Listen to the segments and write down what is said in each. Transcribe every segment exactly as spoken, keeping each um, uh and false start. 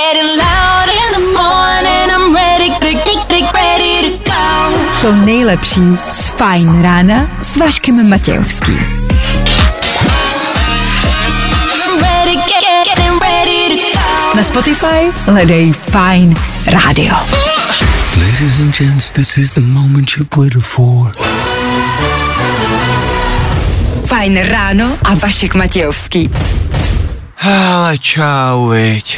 To nejlepší z Fajn rána s Vaškem Matějovským. Na Spotify hledej Fajn Radio. Ladies and gents, this is the moment you've waited for. Fajn ráno a Vašek Matějovský. Ale čau, viď.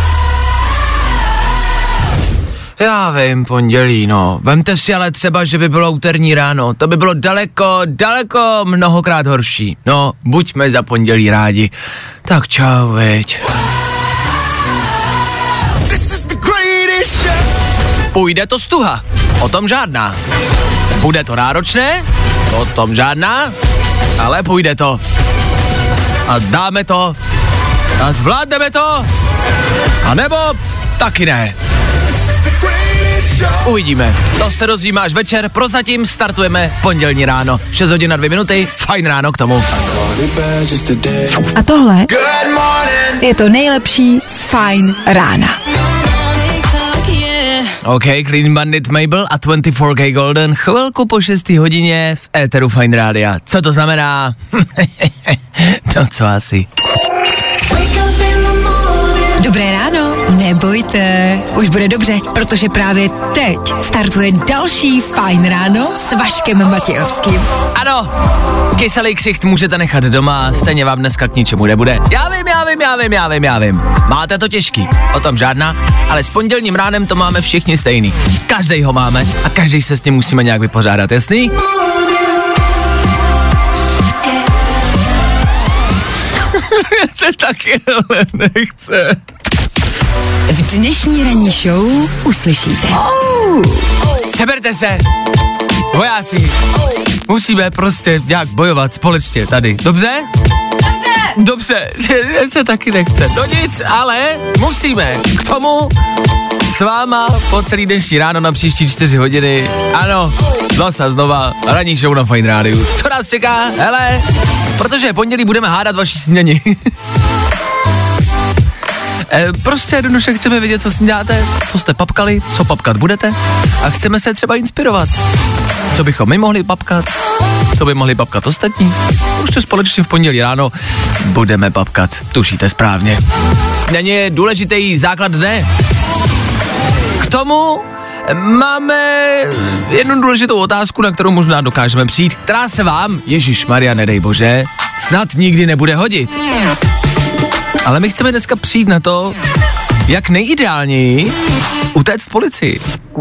Já vím, pondělí, no. Vemte si ale třeba, že by bylo úterní ráno. To by bylo daleko, daleko mnohokrát horší. No, buďme za pondělí rádi. Tak čau, viď. Půjde to stuha. O tom žádná. Bude to náročné? O tom žádná. Ale půjde to. A dáme to. A zvládneme to. A nebo taky ne. Uvidíme. To se dozvíme až večer. Prozatím startujeme pondělní ráno. šest hodin a dvě minuty. Fajn ráno k tomu. A tohle je to nejlepší z Fajn rána. OK, Clean Bandit, Mabel a dvacet čtyři K Golden. Chvilku po šesté hodině v éteru Fajn rádia. Co to znamená? No co asi? Dobré ráno, nebojte, už bude dobře, protože právě teď startuje další Fajn ráno s Vaškem Matějovským. Ano, kyselý ksicht můžete nechat doma, stejně vám dneska k ničemu nebude. Já vím, já vím, já vím, já vím, já vím. Máte to těžký, o tom žádná, ale s pondělním ránem to máme všichni stejný. Každej ho máme a každý se s ním musíme nějak vypořádat, jasný? se taky ale nechce. V dnešní ranní show uslyšíte. Oh. Seberte se, vojáci. Musíme prostě nějak bojovat společně tady. Dobře? Dobře. Dobře, se taky nechce. No nic, ale musíme. K tomu s váma po celý dnešní ráno na příští čtyři hodiny. Ano, zase znova ranní show na Fajn rádiu. Co nás čeká? Hele, protože pondělí budeme hádat vaší snídani. e, prostě jednoduše chceme vědět, co snídáte, co jste papkali, co papkat budete a chceme se třeba inspirovat. Co bychom my mohli papkat, co by mohli papkat ostatní. Už to společně v pondělí ráno budeme papkat, tušíte správně. Snídaně je důležitý základ dne. K tomu máme jednu důležitou otázku, na kterou možná dokážeme přijít, která se vám, ježišmarja, nedej bože, snad nikdy nebude hodit. Ale my chceme dneska přijít na to, jak nejideálněji utéct policii.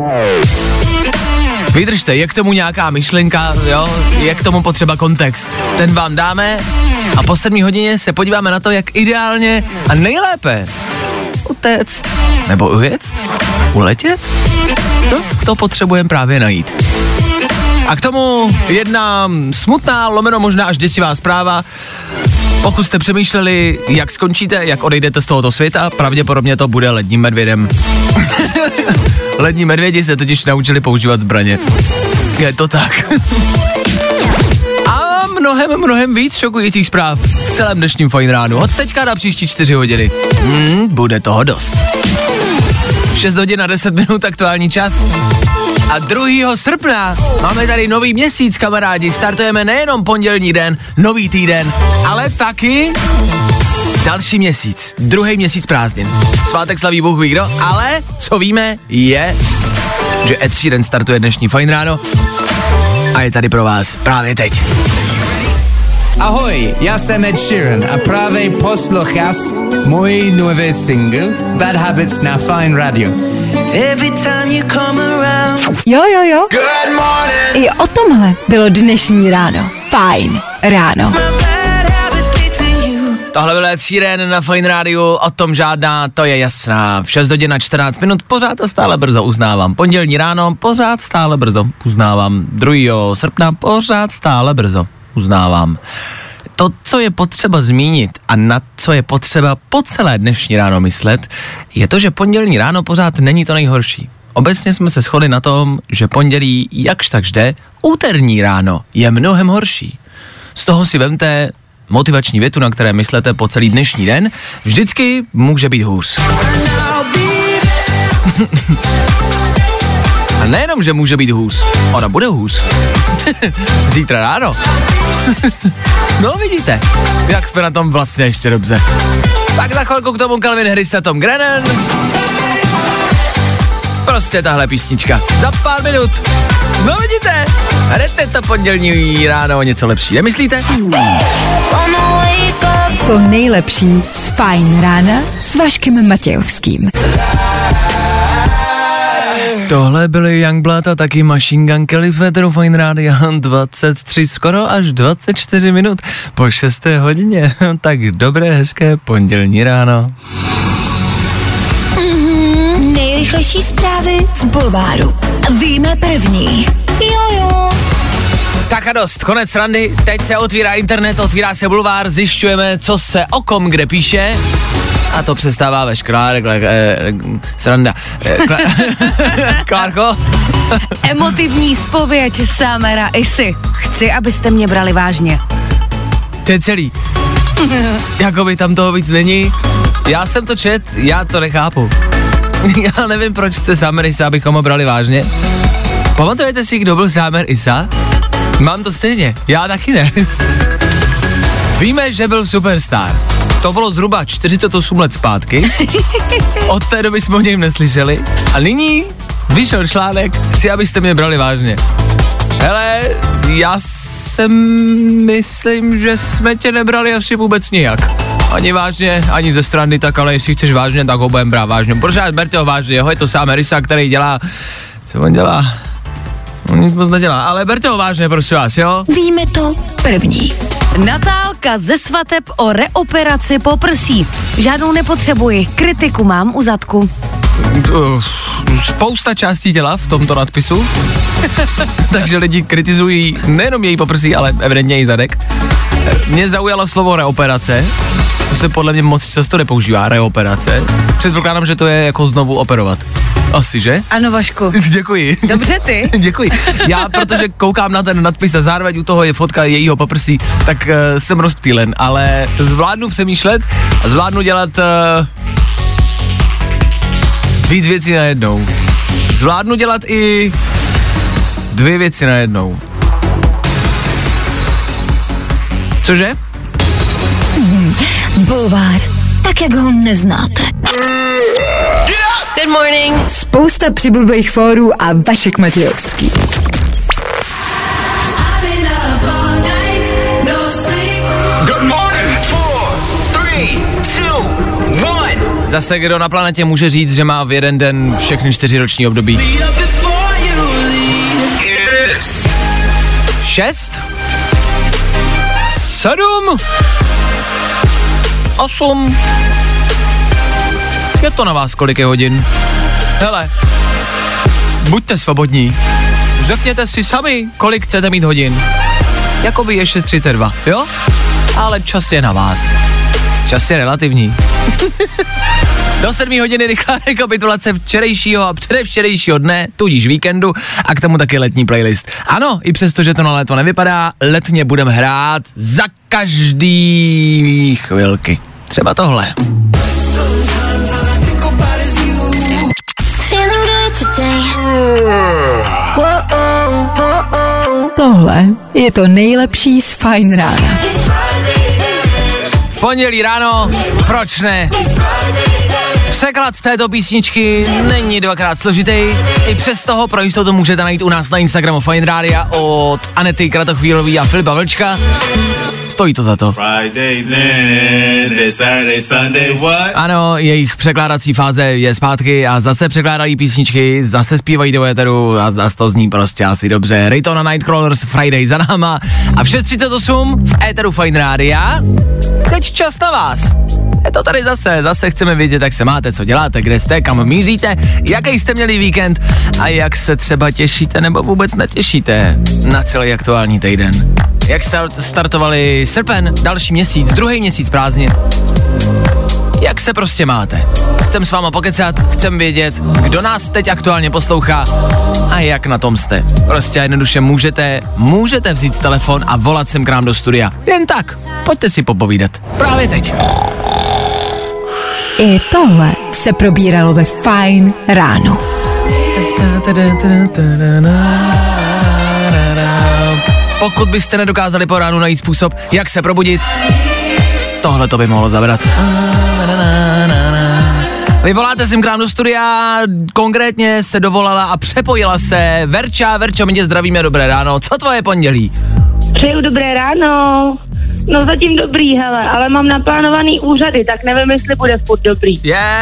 Vydržte, je k tomu nějaká myšlenka, jo, je k tomu potřeba kontext. Ten vám dáme a po sedmé hodině se podíváme na to, jak ideálně a nejlépe utéct, nebo ujet, uletět. No, to potřebujeme právě najít. A k tomu jedna smutná, lomeno možná až děsivá zpráva. Pokud jste přemýšleli, jak skončíte, jak odejdete z tohoto světa, pravděpodobně to bude ledním medvědem. Lední medvědi se totiž naučili používat zbraně. Je to tak. A mnohem, mnohem víc šokujících zpráv v celém dnešním Fajn ránu. Od teďka na příští čtyři hodiny. Hmm, bude toho dost. šest hodin a deset minut aktuální čas. A druhého srpna máme tady nový měsíc, kamarádi. Startujeme nejenom pondělní den, nový týden, ale taky další měsíc. Druhý měsíc prázdnin. Svátek slaví Bůh ví kdo, ale co víme je, že Ed Sheeran startuje dnešní Fajn ráno a je tady pro vás právě teď. Ahoj, já jsem Ed Sheeran a právě posloucháš můj nový single Bad Habits na Fajn Radio. Jo, jo, jo. I o tomhle bylo dnešní ráno. Fajn ráno. Tohle byl Ed Sheeran na Fajn rádiu, o tom žádná, to je jasná. V šest hodin a čtrnáct minut, pořád a stále brzo uznávám. Pondělní ráno, pořád stále brzo uznávám. druhého srpna, pořád stále brzo uznávám. To, co je potřeba zmínit a na co je potřeba po celé dnešní ráno myslet, je to, že pondělní ráno pořád není to nejhorší. Obecně jsme se shodli na tom, že pondělí jakž tak jde, úterní ráno je mnohem horší. Z toho si vemte motivační větu, na které myslete po celý dnešní den, vždycky může být hůř. A nejenom, že může být hůř, ona bude hůř. Zítra ráno. No vidíte, jak jsme na tom vlastně ještě dobře. Tak za chvilku k tomu Calvin Harris a Tom Grennan. Prostě tahle písnička. Za pár minut. No vidíte, hned je to pondělní ráno o něco lepší, nemyslíte? To nejlepší z Fajn rána s Vaškem Matějovským. Tohle byly Youngblood a taky Machine Gun Kelly v éteru Fajn rádia dvacet tři, skoro až dvacet čtyři minut po šesté hodině. Tak dobré, hezké pondělní ráno. Mm-hmm, nejrychlejší zprávy z bulváru. Víme první. Jojo. Tak a dost, konec randy, teď se otvírá internet, otvírá se bulvár, zjišťujeme, co se o kom kde píše. A to přestává veškerá rekla, eh, sranda. Eh, kla, Klárko? Emotivní zpověď Samera Isy. Chci, abyste mě brali vážně. To je celý. Jakoby tam toho víc není. Já jsem to čet, já to nechápu. Já nevím, proč chce Samer Isa, abychom ho brali vážně. Pamatujete si, kdo byl Samer Isa? Mám to stejně, já taky ne. Víme, že byl superstar. To bylo zhruba čtyřicet osm let zpátky. Od té doby jsme o něm neslyšeli. A nyní vyšel článek, chci, abyste mě brali vážně. Hele, já jsem myslím, že jsme tě nebrali asi vůbec nijak. Ani vážně, ani ze strany, tak ale jestli chceš vážně, tak ho budem brát vážně. Protože berte ho vážně, jeho je to Samer Isa, který dělá, co on dělá? On nic moc nedělá, ale berte ho vážně, prosím vás, jo? Víme to první. Natálka ze svateb o reoperaci poprsí. Žádnou nepotřebuji, kritiku mám u zadku. Uh, spousta částí těla v tomto nadpisu. Takže lidi kritizují nejenom její poprsí, ale evidentně její zadek. Mě zaujalo slovo reoperace. To se podle mě moc často nepoužívá, reoperace. Předpokládám, že to je jako znovu operovat. Asi, že? Ano, Vašku. Děkuji. Dobře ty. Děkuji. Já, protože koukám na ten nadpis a zároveň u toho je fotka jejího poprsí, tak uh, jsem rozptýlen, ale zvládnu přemýšlet a zvládnu dělat uh, víc věcí najednou. Zvládnu dělat i dvě věci najednou. Cože? Hmm, bulvár, tak jak ho neznáte. Good morning. Spousta přibulbých fórů a Vašek Matějovský. Good morning. Four, three, two, one. Zase kdo na planetě může říct, že má v jeden den všechny čtyři roční období? Šest? Sedm? Osm? Je to na vás, kolik je hodin. Hele, buďte svobodní. Řekněte si sami, kolik chcete mít hodin. Jakoby je šest třicet dva, jo? Ale čas je na vás. Čas je relativní. Do sedmé hodiny rychlá rekapitulace včerejšího a předevčerejšího dne, tudíž víkendu a k tomu taky letní playlist. Ano, i přesto, že to na léto nevypadá, letně budeme hrát za každý chvilky. Třeba tohle. Tohle je to nejlepší z Fajn rána. V pondělí ráno, proč ne? Překlad této písničky není dvakrát složitý, i přes toho pro jistotu můžete najít u nás na Instagramu Fajn rádia od Anety Kratochvílový a Filipa Vlčka. Stojí to za to. Friday, then, Saturday, Sunday, what? Ano, jejich překládací fáze je zpátky a zase překládají písničky, zase zpívají do éteru a zase to zní prostě asi dobře. Rayton a Nightcrawlers, Friday za náma a v šest třicet osm v éteru Fajn rádia. Teď čas na vás. Je to tady zase, zase chceme vědět, jak se máte, co děláte, kde jste, kam míříte, jaký jste měli víkend a jak se třeba těšíte nebo vůbec netěšíte na celý aktuální týden. Jak start, startovali srpen, další měsíc, druhý měsíc prázdnin. Jak se prostě máte? Chcem s váma pokecat, chcem vědět, kdo nás teď aktuálně poslouchá a jak na tom jste. Prostě jednoduše můžete, můžete vzít telefon a volat sem k nám do studia. Jen tak, pojďte si popovídat. Právě teď. I tohle se probíralo ve Fajn ráno. Pokud byste nedokázali po ránu najít způsob, jak se probudit, tohle to by mohlo zabrat. Vy voláte sem k nám do studia, konkrétně se dovolala a přepojila se Verča. Verčo, my tě zdravíme, dobré ráno. Co tvoje pondělí? Přeju dobré ráno. No zatím dobrý, hele, ale mám naplánovaný úřady, tak nevím, jestli bude furt dobrý.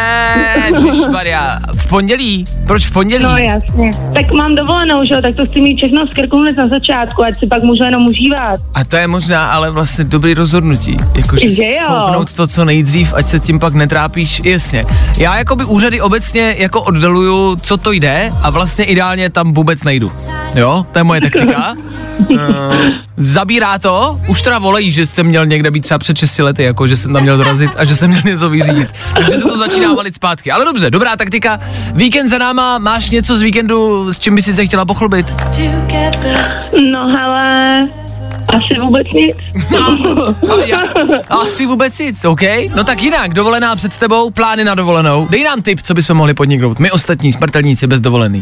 Ježišmarja, v pondělí? Proč v pondělí? No jasně, tak mám dovolenou, že jo, tak to chci mít všechno z krku hned na začátku, ať si pak můžu jenom užívat. A to je možná ale vlastně dobrý rozhodnutí, jakože spouknout to co nejdřív, ať se tím pak netrápíš, jasně. Já jakoby úřady obecně jako oddaluju, co to jde a vlastně ideálně tam vůbec nejdu. Jo, to je moje taktika. uh, zabírá to, už teda volejí, že jsem měl někde být třeba před šesti lety, jako že jsem tam měl dorazit a že jsem měl něco vyřídit. Takže se to začíná valit zpátky. Ale dobře, dobrá taktika. Víkend za náma, máš něco z víkendu, s čím by si se chtěla pochlubit? No hele, asi vůbec nic. No, já, asi vůbec nic, OK? No tak jinak, dovolená před tebou, plány na dovolenou. Dej nám tip, co bychom mohli podniknout. My ostatní smrtelníci bez dovolený.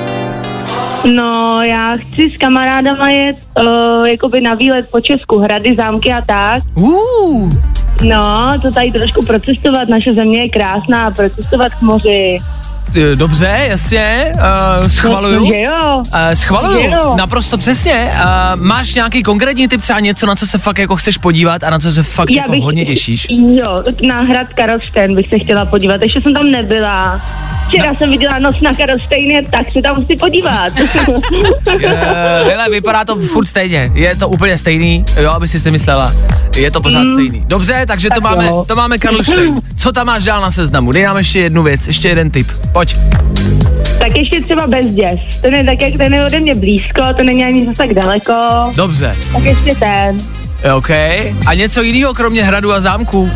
No, já chci s kamarádama jet uh, jakoby na výlet po Česku, hrady, zámky a tak. Uh. No, to tady trošku procestovat, naše země je krásná, procestovat k moři. Dobře, jasně, uh, schvaluju. No, že jo. Uh, schvaluju, že jo. Naprosto přesně. Uh, máš nějaký konkrétní tip, třeba něco, na co se fakt jako chceš podívat a na co se fakt Já jako bych, hodně těšíš? Jo, na hrad Karlštejn bych se chtěla podívat, ještě jsem tam nebyla. Včera no. jsem viděla Noc na Karlštejně, tak se tam musí podívat. Hele, vypadá to furt stejně, je to úplně stejný, jo, aby si myslela, je to pořád mm. stejný. Dobře, takže tak to máme, to máme Karlštejn. Co tam máš dál na seznamu? Dej nám ještě jednu věc, ještě jeden tip, pojď. Tak ještě třeba Bezděz, ten je tak, jak ten je ode mě blízko, to není ani zase tak daleko. Dobře. Tak ještě ten. OK, a něco jiného kromě hradu a zámku?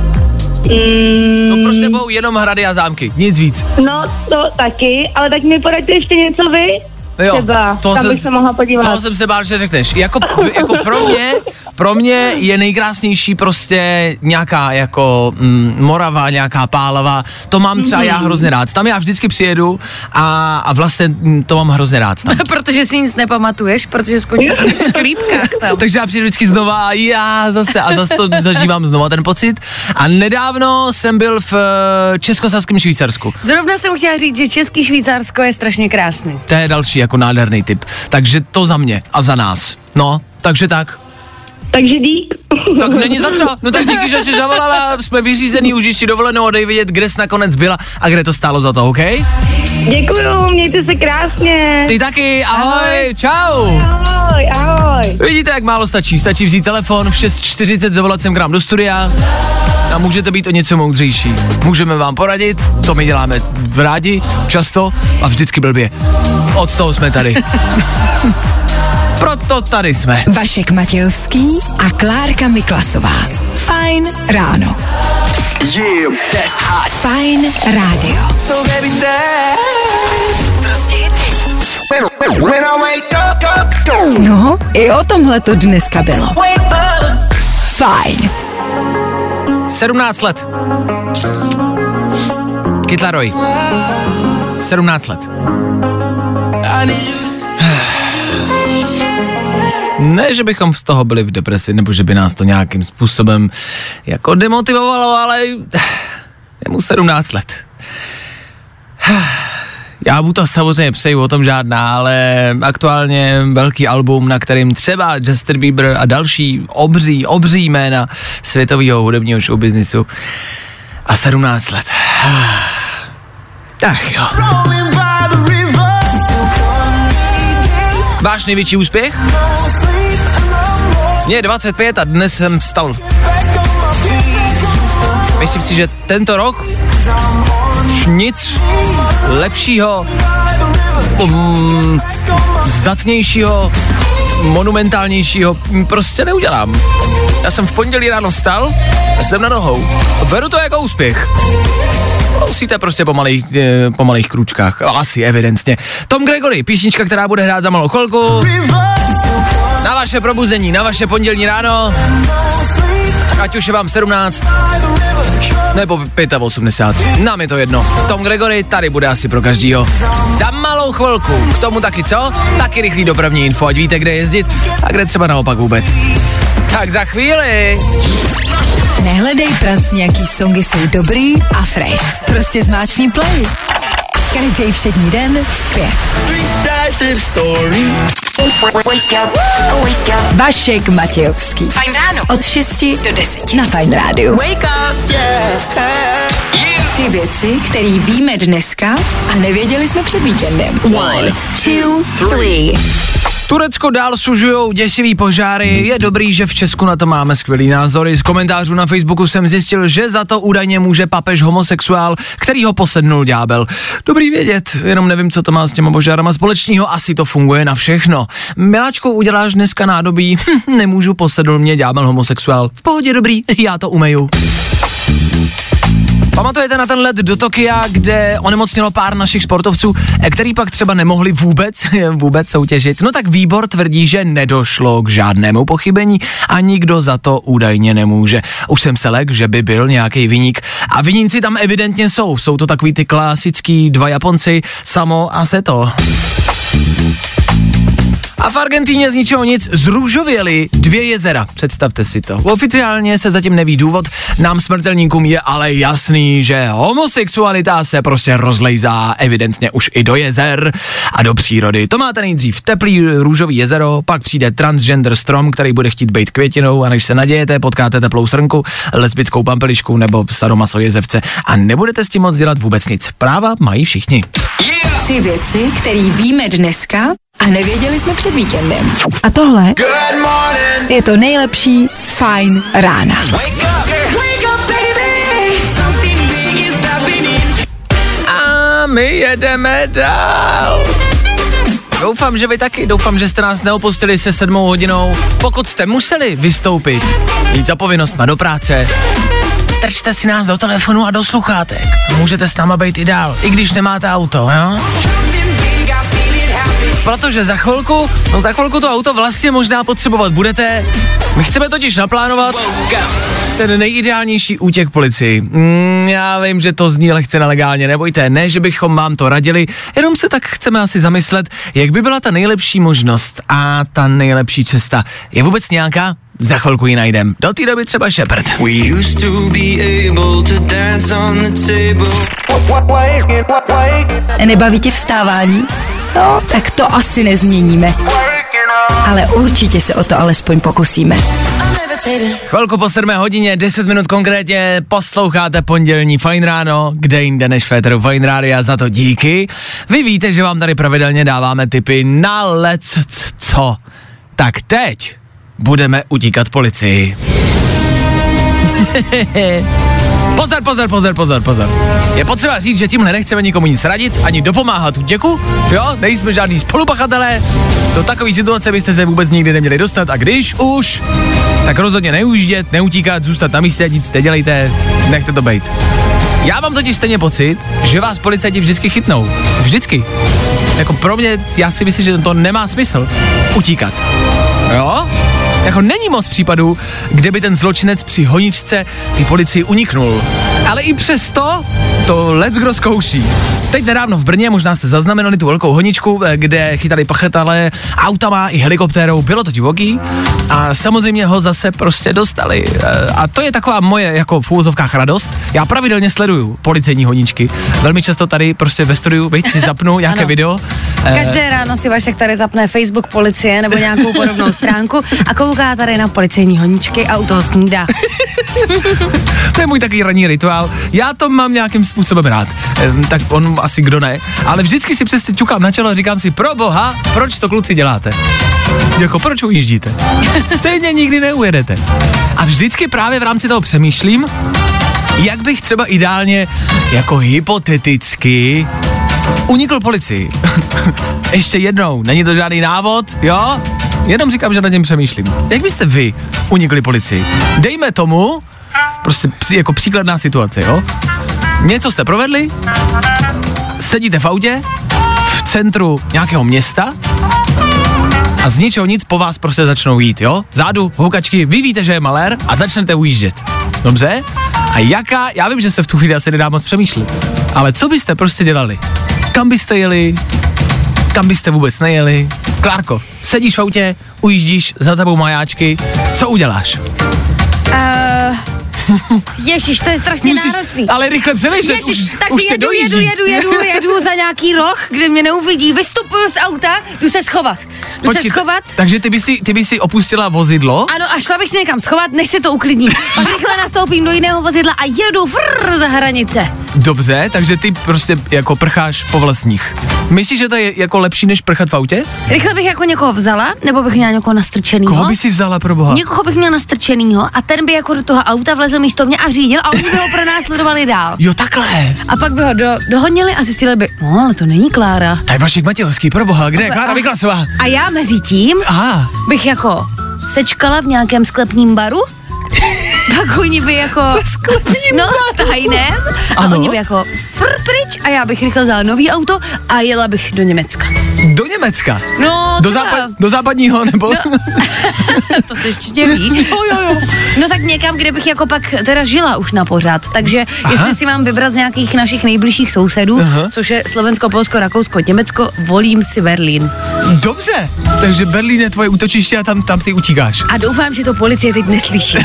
Mm. To pro sebou jenom hrady a zámky, nic víc. No, to taky, ale tak mi poraďte ještě něco vy? Jo, třeba, to tam jsem, bych se mohla podívat. Toho jsem se bál, že řekneš. Jako, jako pro mě, pro mě je nejkrásnější prostě nějaká jako mm, Morava, nějaká Pálava. To mám třeba mm. já hrozně rád. Tam já vždycky přijedu a, a vlastně to mám hrozně rád. Protože si nic nepamatuješ, protože skončíš v sklípkách tam. Takže já přijdu vždycky znova a já zase a zase to zažívám znova ten pocit. A nedávno jsem byl v Českosaském Švýcarsku. Zrovna jsem chtěla říct, že Český Švýcarsko je strašně krásný. To je další jako nádherný tip. Takže to za mě a za nás. No, takže tak. Takže dík. Tak není za co. No tak díky, že jsi zavolala, jsme vyřízený, už si dovolenou, dej vidět, kde jsi nakonec byla a kde to stálo za to, OK? Děkuju, mějte se krásně. Ty taky, ahoj, ahoj. Čau. Ahoj, ahoj. Vidíte, jak málo stačí, stačí vzít telefon v šest čtyřicet, zavolat sem k nám do studia a můžete být o něco moudřejší. Můžeme vám poradit, to my děláme v rádi, často a vždycky blbě. Od toho jsme tady. Proto tady jsme. Vašek Matějovský a Klárka Miklasová. Fajn ráno. Yeah, that's hot. Fajn rádio. So baby stay. Prostě hity. When I wake up, up, up. No, i o tomhle to dneska bylo. Wake up. Fajn. sedmnáct let. Kytlaroj. sedmnáct let. Ne, že bychom z toho byli v depresi, nebo že by nás to nějakým způsobem jako demotivovalo, ale je mu sedmnáct let. Já mu to samozřejmě přeju, o tom žádná, ale aktuálně velký album, na kterým třeba Justin Bieber a další obří, obří jména světového hudebního showbiznisu a sedmnáct let. Ach jo. Váš největší úspěch? Mně je dvacet pět a dnes jsem vstal. Myslím si, že tento rok už nic lepšího, um, zdatnějšího, monumentálnějšího prostě neudělám. Já jsem v pondělí ráno vstal a jsem na nohou. Beru to jako úspěch. Musíte prostě po malých, po malých krůčkách. Asi evidentně. Tom Gregory, písnička, která bude hrát za malou chvilku. Na vaše probuzení, na vaše pondělní ráno. ať už je vám sedmnáct nebo osmdesát pět, nám je to jedno. Tom Gregory tady bude asi pro každýho. Za malou chvilku, k tomu taky co? Taky rychlý dopravní info, ať víte, kde jezdit a kde třeba naopak vůbec. Tak za chvíli. Nehledej pracňaký songy jsou dobrý a fresh. Prostě zmáčkni play. Každý všední den v pět. Vašek Matějovský. Fajn ráno. Od šesti do deseti na Fajn rádiu. Wake up. Yeah. Tři věci, které víme dneska a nevěděli jsme před víkendem. One, two, three. Turecko dál sužujou děsivý požáry, je dobrý, že v Česku na to máme skvělý názory. Z komentářů na Facebooku jsem zjistil, že za to údajně může papež homosexuál, který ho posednul ďábel. Dobrý vědět, jenom nevím, co to má s těma požárama společného, asi to funguje na všechno. Miláčku, uděláš dneska nádobí? Hm, nemůžu, posedl mě ďábel homosexuál. V pohodě, dobrý, já to umeju. Pamatujete na ten let do Tokia, kde onemocnělo pár našich sportovců, který pak třeba nemohli vůbec, vůbec soutěžit? No tak výbor tvrdí, že nedošlo k žádnému pochybení a nikdo za to údajně nemůže. Už jsem se lek, že by byl nějaký viník. A viníci tam evidentně jsou. Jsou to takový ty klasický dva Japonci, Samo a Seto. A v Argentíně z ničeho nic zrůžověly dvě jezera, představte si to. Oficiálně se zatím neví důvod, nám smrtelníkům je ale jasný, že homosexualita se prostě rozlejzá evidentně už i do jezer a do přírody. To máte nejdřív teplý růžový jezero, pak přijde transgender strom, který bude chtít být květinou a než se nadějete, potkáte teplou srnku, lesbickou pampelišku nebo sadomaso jezevce a nebudete s tím moc dělat vůbec nic. Práva mají všichni. Yeah! Tři věci, které víme dneska a nevěděli jsme před víkendem. A tohle je to nejlepší z Fajn rána. A my jedeme dál. Doufám, že vy taky, doufám, že jste nás neopustili se sedmou hodinou. Pokud jste museli vystoupit, jít za povinnostma do práce, strčte si nás do telefonu a do sluchátek. Můžete s náma být i dál, i když nemáte auto, jo? Protože za chvilku, no za chvilku to auto vlastně možná potřebovat budete. My chceme totiž naplánovat ten nejideálnější útěk policii. Mm, já vím, že to zní lehce nelegálně, nebojte, ne, že bychom vám to radili, jenom se tak chceme asi zamyslet, jak by byla ta nejlepší možnost a ta nejlepší cesta. Je vůbec nějaká? Za chvilku ji najdem. Do té doby třeba Shepherd. Nebaví tě vstávání? No, tak to asi nezměníme. Ale určitě se o to alespoň pokusíme. Chvilku po sedmé hodině, deset minut konkrétně, posloucháte pondělní Fajn ráno, kde jinde než Féteru Fajn rádia, za to díky. Vy víte, že vám tady pravidelně dáváme tipy na lec co. Tak teď budeme utíkat policii. Pozor, pozor, pozor, pozor, pozor. Je potřeba říct, že tímhle nechceme nikomu nic radit, ani dopomáhat útěku, jo, nejsme žádný spolupachatelé, do takové situace byste se vůbec nikdy neměli dostat a když už, tak rozhodně neujíždět, neutíkat, zůstat na místě, nic nedělejte, nechte to bejt. Já mám totiž stejně pocit, že vás policajti vždycky chytnou, vždycky. Jako pro mě, já si myslím, že to nemá smysl, utíkat, jo? Jako není moc případů, kde by ten zločinec při honičce ty policii uniknul. Ale i přesto to leckdo zkouší. Teď nedávno v Brně, možná jste zaznamenali tu velkou honičku, kde chytali pachatelé autama i helikoptérou, bylo to divoký a samozřejmě ho zase prostě dostali. A to je taková moje jako v úvozovkách radost. Já pravidelně sleduju policejní honičky. Velmi často tady prostě ve studiu, veď si zapnu nějaké video. Každé ráno si Vašek tady zapne Facebook policie nebo nějakou podobnou stránku a kouká tady na policejní honičky a u toho snídá. To je můj takový ranní rituál. Já to mám nějakým způsobem rád. Ehm, tak on asi kdo ne. Ale vždycky si přesně ťukám na čelo a říkám si, pro boha, proč to kluci děláte? Jako proč ujíždíte? Stejně nikdy neujedete. A vždycky právě v rámci toho přemýšlím, jak bych třeba ideálně, jako hypoteticky, unikl policii. Ještě jednou, není to žádný návod, jo? Jenom říkám, že nad tím přemýšlím. Jak byste vy unikli policii? Dejme tomu, prostě jako příkladná situace, jo? Něco jste provedli, sedíte v autě, v centru nějakého města a z ničeho nic po vás prostě začnou jít, jo? Zádu, houkačky, vy víte, že je malér a začnete ujíždět. Dobře? A jaká, já vím, že se v tu chvíli asi nedá moc přemýšlet, ale co byste prostě dělali? Kam byste jeli? Kam byste vůbec nejeli? Klárko, sedíš v autě, ujíždíš, za tebou majáčky, co uděláš? Uh, ježiš, to je strašně Musíš, náročný. ale rychle přemýšlet, už, takže už tě jedu, dojíždí. jedu, jedu, jedu, jedu za nějaký roh, kde mě neuvidí, vystupuju z auta, jdu se schovat. Jdu Počkej, se schovat. t- takže ty by, si, ty by si opustila vozidlo? Ano, a šla bych si někam schovat, než se to uklidní. Pak rychle nastoupím do jiného vozidla a jedu frrr za hranice. Dobře, takže ty prostě jako prcháš po vlastních. Myslíš, že to je jako lepší, než prchat v autě? Rychle bych jako někoho vzala, nebo bych měla někoho nastrčenýho. Koho by si vzala, pro boha? Někoho bych měla nastrčenýho a ten by jako do toho auta vlezl místo mě a řídil a oni by ho pronásledovali dál. Jo, takhle. A pak by ho do, dohodnili a zjistili by, no ale to není Klára. To je Vašek Matějovský, pro boha, kde je Klára Miklasová? A já mezi tím Aha. bych jako sečkala v nějakém sklepním baru, pak oni by jako, no tajném, a Ano. oni by jako fr pryč a já bych rychle vzala nový auto a jela bych do Německa. Do Německa? No, Do, třeba. západ, do západního, nebo? No, to se ještě ví. Jo, jo, jo. No tak někam, kde bych jako pak teda žila už na pořád. Takže Aha. jestli si mám vybrat z nějakých našich nejbližších sousedů, Aha. což je Slovensko, Polsko, Rakousko, Německo, volím si Berlín. Dobře, takže Berlín je tvoje útočiště a tam, tam ty utíkáš. A doufám, že to policie teď neslyší.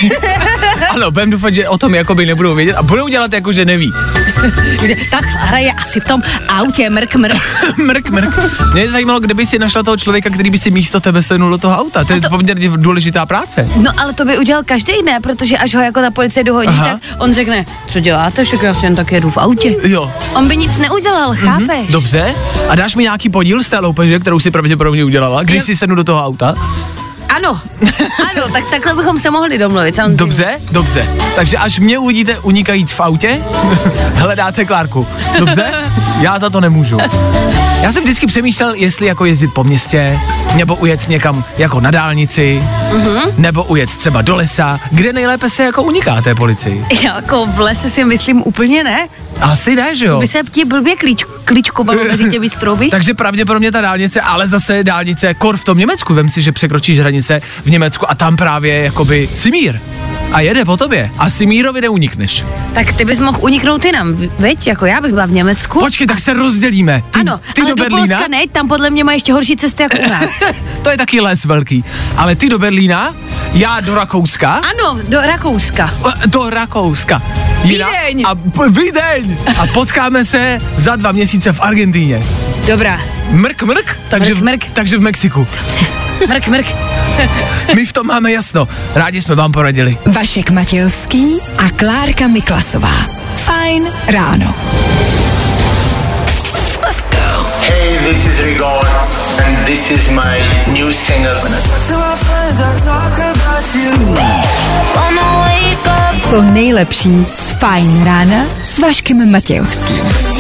Ano, budem doufat, že o tom jakoby nebudou vědět a budou dělat jako, že neví. že tak Klára je asi v tom autě, mrk, mrk. Mrk, mrk. Mě zajímalo, kde by si našla toho člověka, který by si místo tebe sednul do toho auta. To je to- poměrně důležitá práce. No ale to by udělal každý, ne? Protože až ho jako ta policie dohodí, Aha. tak on řekne, co děláte, však já si jen tak jedu v autě. Jo. On by nic neudělal, chápeš? Dobře. A dáš mi nějaký podíl z té loupeže, kterou si pravděpodobně udělala, když Jo. si sednu do toho auta? Ano, ano, tak takhle bychom se mohli domluvit, samozřejmě. Dobře, dobře. Takže až mě uvidíte unikajíc v autě, hledáte Klárku. Dobře? Já za to nemůžu. Já jsem vždycky přemýšlel, jestli jako jezdit po městě, nebo ujet někam jako na dálnici, mm-hmm. nebo ujet třeba do lesa, kde nejlépe se jako uniká té policii. Jako v lese si myslím úplně ne. Asi ne, že jo? By se ti blbě klíč, klíčkovalo mezi těmi strouby. Takže pravděpodobně ta dálnice, ale zase dálnice kor v tom Německu. Vem si, že překročíš hranice v Německu a tam právě jakoby Simír. A jede po tobě. A Simírovi neunikneš. Tak ty bys mohl uniknout jinam, veď? Jako já bych byla v Německu. Počkej, tak se rozdělíme. Ty, Ano, ty ale do do Berlína. Polska ne, tam podle mě má ještě horší cesty jako u nás. To je taky les velký. Ale ty do Berlína, já do Rakouska. Ano, do Rakouska. Do Rakouska. Vídeň. A p- Vídeň. A potkáme se za dva měsíce v Argentíně. Dobrá. Mrk, mrk, takže, Mrk, v, mrk. takže v Mexiku. Mrk, mrk. My v tom máme jasno. Rádi jsme vám poradili. Vašek Matějovský a Klárka Miklasová. Fajn ráno. Hey, this is Rigor, and this is my new single. To nejlepší z Fajn rána s Vaškem Matějovským.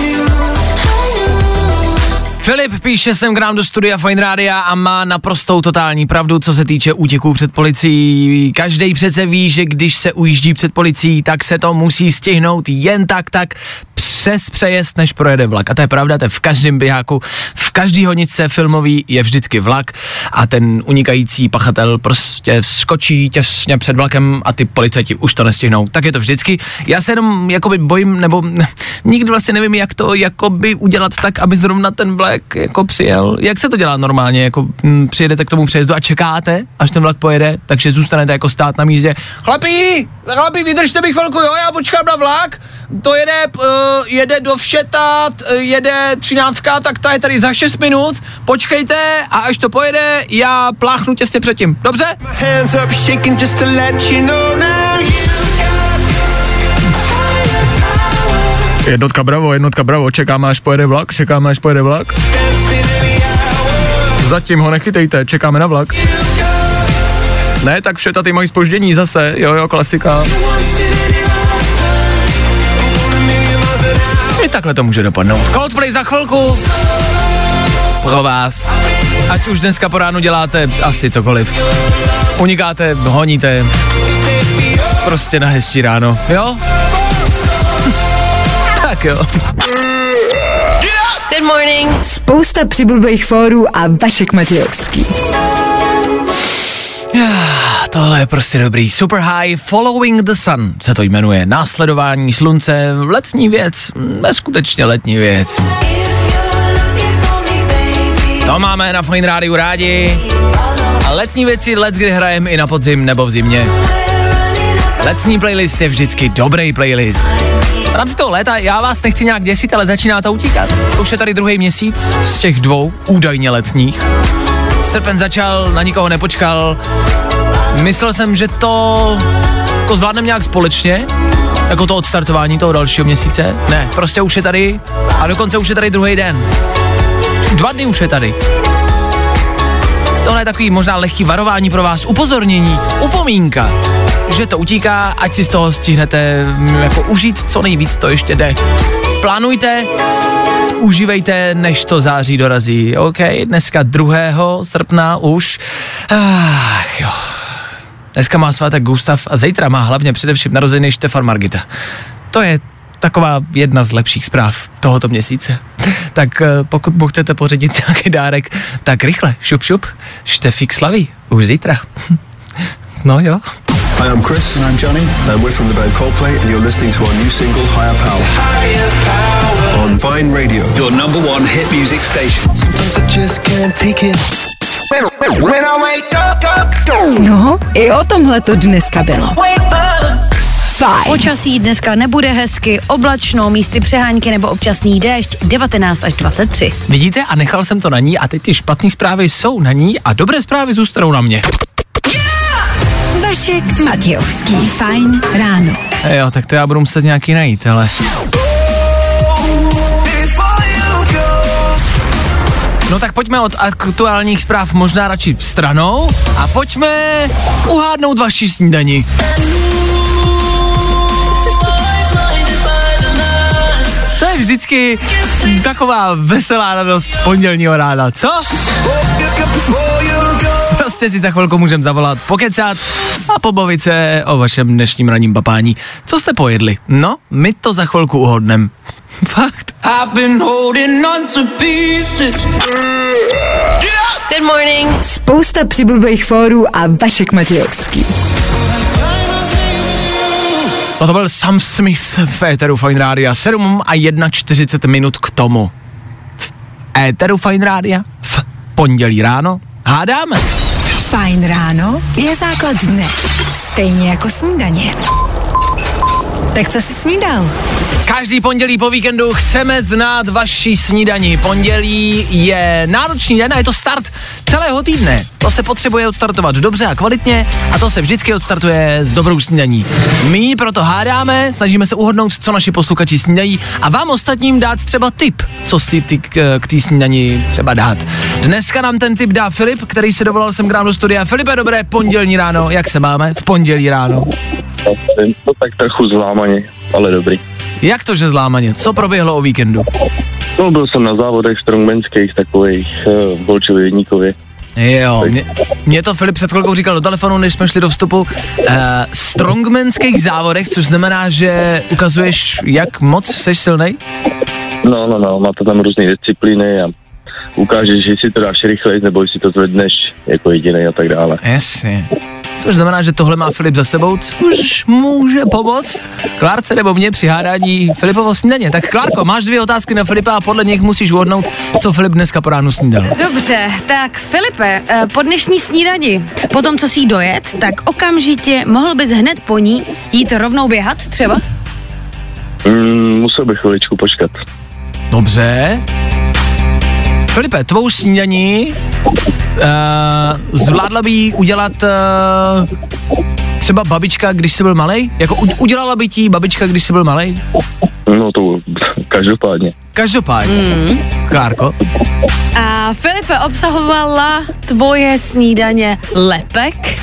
Filip píše sem k nám do studia Fajn Rádia a má naprostou totální pravdu, co se týče útěků před policií. Každej přece ví, že když se ujíždí před policií, tak se to musí stihnout jen tak tak přes přejezd, než projede vlak. A to je pravda, to je v každém běháku, v každý honičce filmový je vždycky vlak a ten unikající pachatel prostě skočí těsně před vlakem a ty policajti už to nestihnou. Tak je to vždycky. Já se jenom jakoby bojím, nebo nikdy vlastně nevím, jak to jakoby udělat tak, aby zrovna ten vlak jako přijel. Jak se to dělá normálně? Jako hm, přijedete k tomu přejezdu a čekáte, až ten vlak pojede, takže zůstanete jako stát na místě. Chlapi, chlapi, vydržte mi chvilku, jo, já počkám na vlak. To jede, uh, jede do Všeta, t, jede třináctka, tak ta je tady za šest minut. Počkejte a až to pojede, já pláchnu těsně předtím. Dobře? Hands up, shaking just to let you know now. Jednotka bravo, jednotka bravo, čekáme, až pojede vlak, čekáme, až pojede vlak. Zatím ho nechytejte, čekáme na vlak. Ne, tak Všeta, ty mají zpoždění zase, jo, jo, klasika. I takhle to může dopadnout. Coldplay za chvilku. Pro vás. Ať už dneska po ránu děláte asi cokoliv. Unikáte, honíte. Prostě na hezčí ráno, jo? Tak jo. Good morning. Spousta přibulbých fórů a Vašek Matějovský. Yeah, tohle je prostě dobrý. Super High, Following the Sun se to jmenuje. Následování slunce, letní věc, neskutečně letní věc. To máme na Fajn rádiu rádi. A letní věci let's kdy hrajeme i na podzim nebo v zimě. Letní playlist je vždycky dobrý playlist. V rámci toho léta já vás nechci nějak děsit, ale začíná to utíkat. Už je tady druhý měsíc z těch dvou údajně letních. Srpen začal, na nikoho nepočkal. Myslel jsem, že to jako zvládneme nějak společně, jako to odstartování toho dalšího měsíce. Ne, prostě už je tady a dokonce už je tady druhý den. Dva dny už je tady. Tohle je takový možná lehký varování pro vás, upozornění, upomínka, že to utíká, ať si z toho stihnete jako užít co nejvíc, to ještě jde. Plánujte, užívejte, než to září dorazí. OK, dneska druhého srpna už. Ach jo. Dneska má svátek Gustav a zítra má hlavně především narozeniny Štefan Margita. To je taková jedna z lepších zpráv tohoto měsíce. Tak pokud mu chcete pořídit nějaký dárek, tak rychle, šup šup, Štefík slaví, už zítra. No jo. Hi, I'm Chris. And I'm Johnny. And we're from the band Coldplay and you're listening to our new single, Higher Power. Higher Power. On Vine Radio. Your number one hit music station. Sometimes I just can't take it. When I wake up. No, i o tomhle to dneska bylo. Fajn. Počasí dneska nebude hezky, oblačno, místy přehánky nebo občasný déšť, devatenáct až dvacet tři. Vidíte, a nechal jsem to na ní a teď ty špatné zprávy jsou na ní a dobré zprávy zůstanou na mě. Vašek Matějovský, Fajn ráno. Jo, tak to já budu muset nějaký najít, ale... No tak pojďme od aktuálních zpráv možná radši stranou a pojďme uhádnout vaši snídani. To je vždycky taková veselá radost pondělního rána, co? Prostě si za chvilku můžeme zavolat, pokecat a pobavit se o vašem dnešním ranním papání. Co jste pojedli? No, my to za chvilku uhodneme. Fakt. Good morning. Spousta přibulbých fórů a Vašek Matějovský. Toto byl Sam Smith v éteru Fajn Rádia. sedm a čtyřicet jedna minut k tomu. V éteru Fajn Rádia v pondělí ráno hádáme. Fajn ráno je základ dne. Stejně jako snídaně. Tak co jsi snídal? Každý pondělí po víkendu chceme znát vaši snídani. Pondělí je náročný den a je to start celého týdne. To se potřebuje odstartovat dobře a kvalitně a to se vždycky odstartuje s dobrou snídaní. My proto hádáme, snažíme se uhodnout, co naši posluchači snídají a vám ostatním dát třeba tip, co si ty k, k té snídani třeba dát. Dneska nám ten tip dá Filip, který se dovolal sem k nám do studia. Filipe, dobré pondělní ráno, jak se máme v pondělí ráno? To tak trochu zlámaně, ale dobrý. Jak to, že zlámaně? Co proběhlo o víkendu? No, byl jsem na závodech strongmanských, takových uh, v Bolčově Jedníkově. Jo, mě, mě to Filip před chvilkou říkal do telefonu, než jsme šli do vstupu. Uh, strongmanských závodech, což znamená, že ukazuješ, jak moc seš silnej? No, no, no, má to tam různé disciplíny a ukážeš, že si to dáš rychleji, nebo jestli to zvedneš jako jedinej a tak dále. Jasně. Což znamená, že tohle má Filip za sebou, což může pomoct Klárce nebo mě při hádání Filipovo snídaně. Tak Klárko, máš dvě otázky na Filipa a podle nich musíš uhodnout, co Filip dneska po ránu snídal. Dobře, tak Filipe, po dnešní snídani, po tom, co jsi dojet, tak okamžitě mohl bys hned po ní jít rovnou běhat třeba? Mm, musel bych chviličku počkat. Dobře. Filipe, tvou snídaní uh, zvládla by jí udělat uh, třeba babička, když jsi byl malej? Jako udělala by ti babička, když jsi byl malej? No to každopádně. Každopádně. Mm. Klárko? A Filipe, obsahovala tvoje snídaně lepek?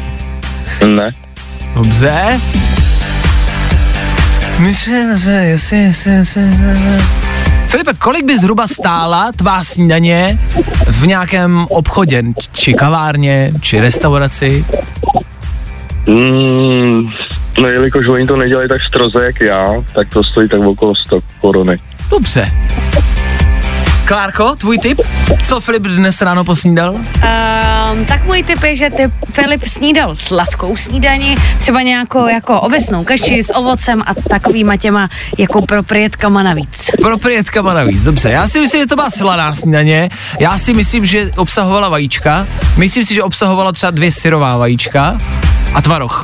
Ne. Dobře. Myslím, že jestli, jestli, jestli, jestli. Filipe, kolik by zhruba stála tvá snídaně v nějakém obchodě, či kavárně, či restauraci? Mm, no jelikož oni to nedělají tak stroze jak já, tak to stojí tak okolo sto koruny. Dobře. Klárko, tvůj tip? Co Filip dnes ráno posnídal? Um, tak můj tip je, že ty Filip snídal sladkou snídani, třeba nějakou jako ovesnou kaši s ovocem a takovýma těma jako propriétkama navíc. Propriétkama navíc, dobře. Já si myslím, že to byla sladá snídaně. Já si myslím, že obsahovala vajíčka. Myslím si, že obsahovala třeba dvě syrová vajíčka a tvaroh.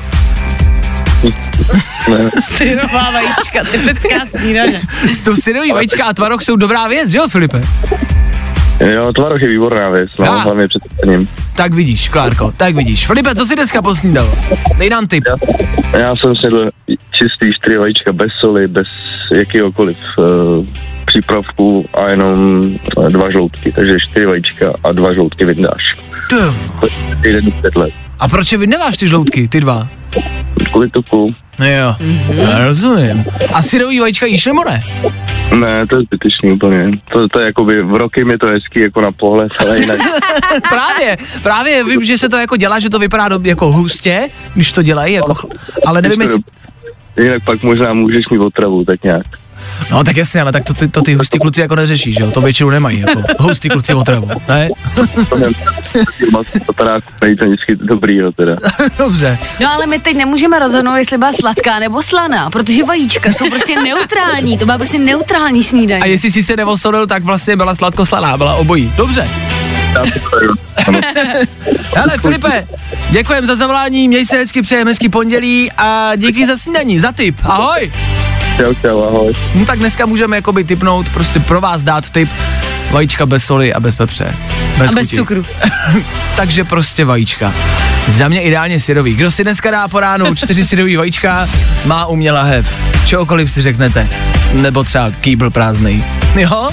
Syrová vajíčka, typická snídaně. To syrový vajíčka a tvaroh jsou dobrá věc, že jo, Filipe? Jo, tvaroh je výborná věc, no, ah. hlavně před spaním. Tak vidíš, Klárko, tak vidíš. Filipe, co jsi dneska posnídal? Dej nám tip. Já, já jsem snědl čistý čtyři vajíčka bez soli, bez jakýhokoliv uh, přípravku a jenom uh, dva žloutky, takže čtyři vajíčka a dva žloutky vyndáš. Jeden pět let. A proč je vyndáváš ty žloutky, ty dva? Kvůli tuku. No jo, mm-hmm. rozumím. A syrový vajíčka jíš nebo ne? Ne, to je zbytečný úplně. To, to je jakoby, v roky je to hezký jako na pohled, ale jinak. právě, právě vím, že se to jako dělá, že to vypadá do, jako hustě, když to dělají, jako, ale nevím, jestli... Jinak pak možná můžeš mít otravu, tak nějak. No tak jasně, ale tak to ty, to ty hustý kluci jako neřeší, že jo? To většinou nemají, jako hustý kluci otravu, ne? To teda není to vždycky dobrýho teda. Dobře. No ale my teď nemůžeme rozhodnout, jestli byla sladká nebo slaná, protože vajíčka jsou prostě neutrální, to byla prostě neutrální snídaně. A jestli jsi se neosolil, tak vlastně byla sladko-slaná, byla obojí. Dobře. Hele, Filipe, děkujem za zavolání, měj se hezky, přejeme hezky pondělí a díky za snídaní, za tip. Ahoj. Čau, čau, ahoj. No tak dneska můžeme jakoby tipnout, prostě pro vás dát tip vajíčka bez soli a bez pepře. Bez a bez chuti. cukru. Takže prostě vajíčka. Za mě ideálně syrový. Kdo si dneska dá po ránu čtyři syrový vajíčka, má umě lahev. Čehokoliv si řeknete. Nebo třeba kýbl prázdnej. Jo?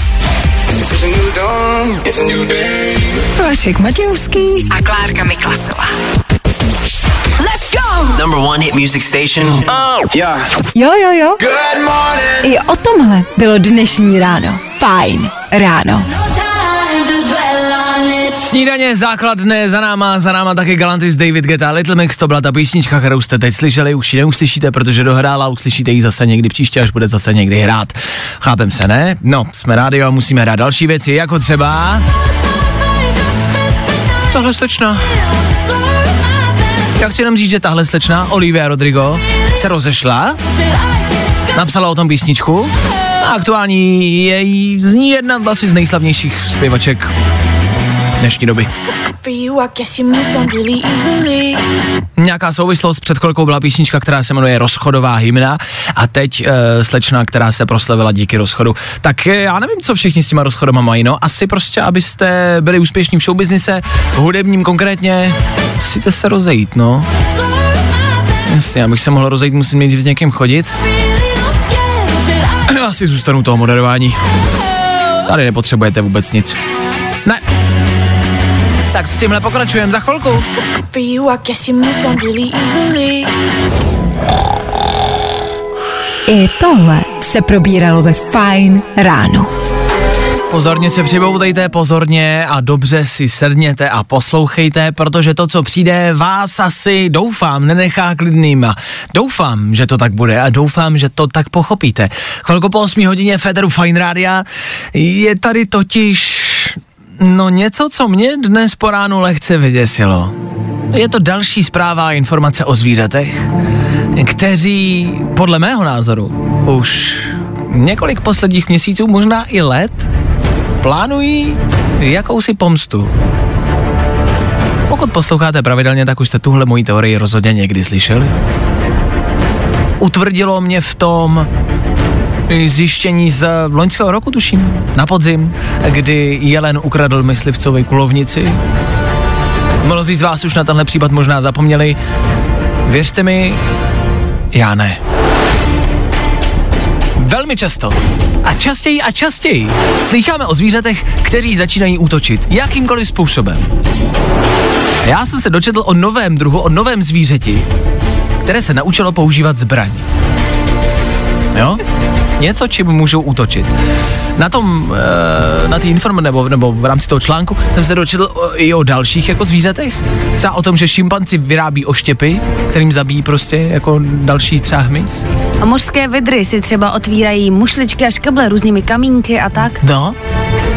Vašek Matějovský a Klárka Miklasová. Let's go! Number one hit music station. Oh, yeah. Jo, jo, jo. Good morning. I o tomhle bylo dnešní ráno. Fajn ráno. Snídaně, základ dne, za náma, za náma taky Galantis, David Guetta, Little Mix, to byla ta písnička, kterou jste teď slyšeli, už ji neuslyšíte, protože dohrála, uslyšíte ji zase někdy příště, až bude zase někdy hrát. Chápem se, ne? No, jsme rádi a musíme hrát další věci, jako třeba... Tohle slečna. Já chci jenom říct, že tahle slečna, Olivia Rodrigo, se rozešla, napsala o tom písničku a aktuální je z ní jedna asi z nejslavnějších zpěvaček dnešní doby. Nějaká souvislost, před chvilkou byla písnička, která se jmenuje Rozchodová hymna a teď e, slečna, která se proslavila díky rozchodu. Tak e, já nevím, co všichni s těma rozchodama mají, no asi prostě, abyste byli úspěšní v showbiznise, hudebním konkrétně, musíte se rozejít, no. Jasně, abych se mohl rozejít, musím nejdřív s někým chodit. Já si zůstanu toho moderování. Tady nepotřebujete vůbec nic. Ne. Tak s tímhle pokračujeme za chvilku. I tohle se probíralo ve Fajn ráno. Pozorně se přiboudejte, pozorně a dobře si sedněte a poslouchejte, protože to, co přijde, vás asi, doufám, nenechá klidnýma. Doufám, že to tak bude a doufám, že to tak pochopíte. Chvilku po osmé hodině Féteru Fajn rádia je tady totiž... No něco, co mě dnes po ránu lehce vyděsilo. Je to další zpráva a informace o zvířatech, kteří podle mého názoru už několik posledních měsíců, možná i let, plánují jakousi pomstu. Pokud posloucháte pravidelně, tak už jste tuhle moji teorii rozhodně někdy slyšeli. Utvrdilo mě v tom zjištění z loňského roku, tuším, na podzim, kdy jelen ukradl myslivcovi kulovnici. Mnozí z vás už na tenhle případ možná zapomněli. Věřte mi, já ne. Velmi často a častěji a častěji slýcháme o zvířatech, kteří začínají útočit jakýmkoliv způsobem. A já jsem se dočetl o novém druhu, o novém zvířeti, které se naučilo používat zbraň. Jo? Něco, čím můžou útočit. Na tom, e, na té informace, nebo, nebo v rámci toho článku jsem se dočetl o, i o dalších jako zvířatech. Třeba o tom, že šimpanzi vyrábí oštěpy, kterým zabíjí prostě jako další třeba hmyz. A mořské vidry si třeba otvírají mušličky a škeble různými kamínky a tak. No.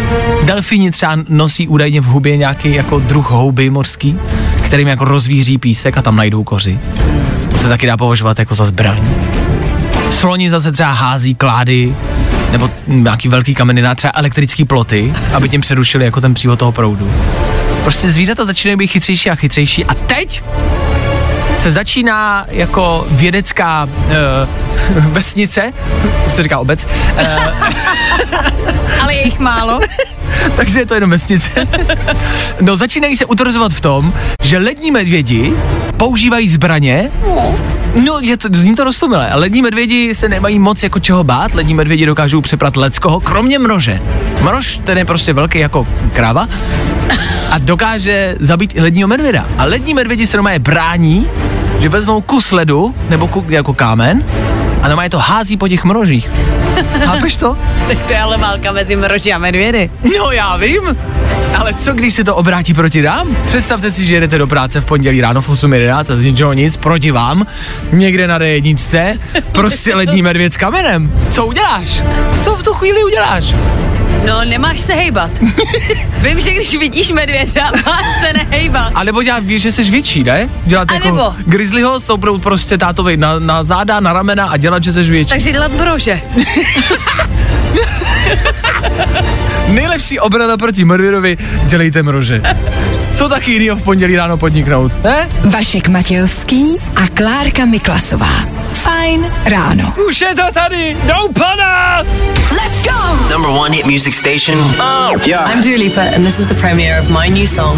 Delfíni třeba nosí údajně v hubě nějaký jako druh houby mořský, kterým jako rozvíří písek a tam najdou kořist. To se taky dá považovat jako za zbraň. Sloni zase třeba hází klády nebo nějaký velký kameny na třeba elektrický ploty, aby tím přerušili jako ten přívod toho proudu. Prostě zvířata začínají být chytřejší a chytřejší a teď se začíná jako vědecká uh, vesnice, se říká obec. Uh, Ale je jich málo. Takže je to jenom vesnice. No začínají se utvrzovat v tom, že lední medvědi používají zbraně. No, je to, zní to roztomilé. Lední medvědi se nemají moc jako čeho bát. Lední medvědi dokážou přeprat leckoho, kromě mrože. Mrož, ten je prostě velký jako kráva a dokáže zabít i ledního medvěda. A lední medvědi se normálně brání, že vezmou kus ledu, nebo ku, jako kámen, a normálně to hází po těch mrožích. Chápeš to? Tak to je ale válka mezi mroži a medvědy. No já vím, ale co když se to obrátí proti nám? Představte si, že jedete do práce v pondělí ráno v osm jedenáct a z ničeho nic proti vám, někde na dé jedna, prostě lední medvěd s kamenem. Co uděláš? Co v tu chvíli uděláš? No, nemáš se hejbat. Vím, že když vidíš medvěda, máš se nehejbat. A nebo dělat, víš, že jsi větší, ne? Dělat a jako nebo? grizzlyho, stoupnout prostě tátovi na, na záda, na ramena a dělat, že jsi větší. Takže dělat brože. Nejlepší obrana proti medvědovi, dělejte mrože. Co taky jinýho v pondělí ráno podniknout, ne? Vašek Matějovský a Klárka Miklasová. Fajn ráno. Už je to tady, jdou po nás! Let's go! Number one hit music station. Oh, yeah. I'm Dua Lipa and this is the premiere of my new song.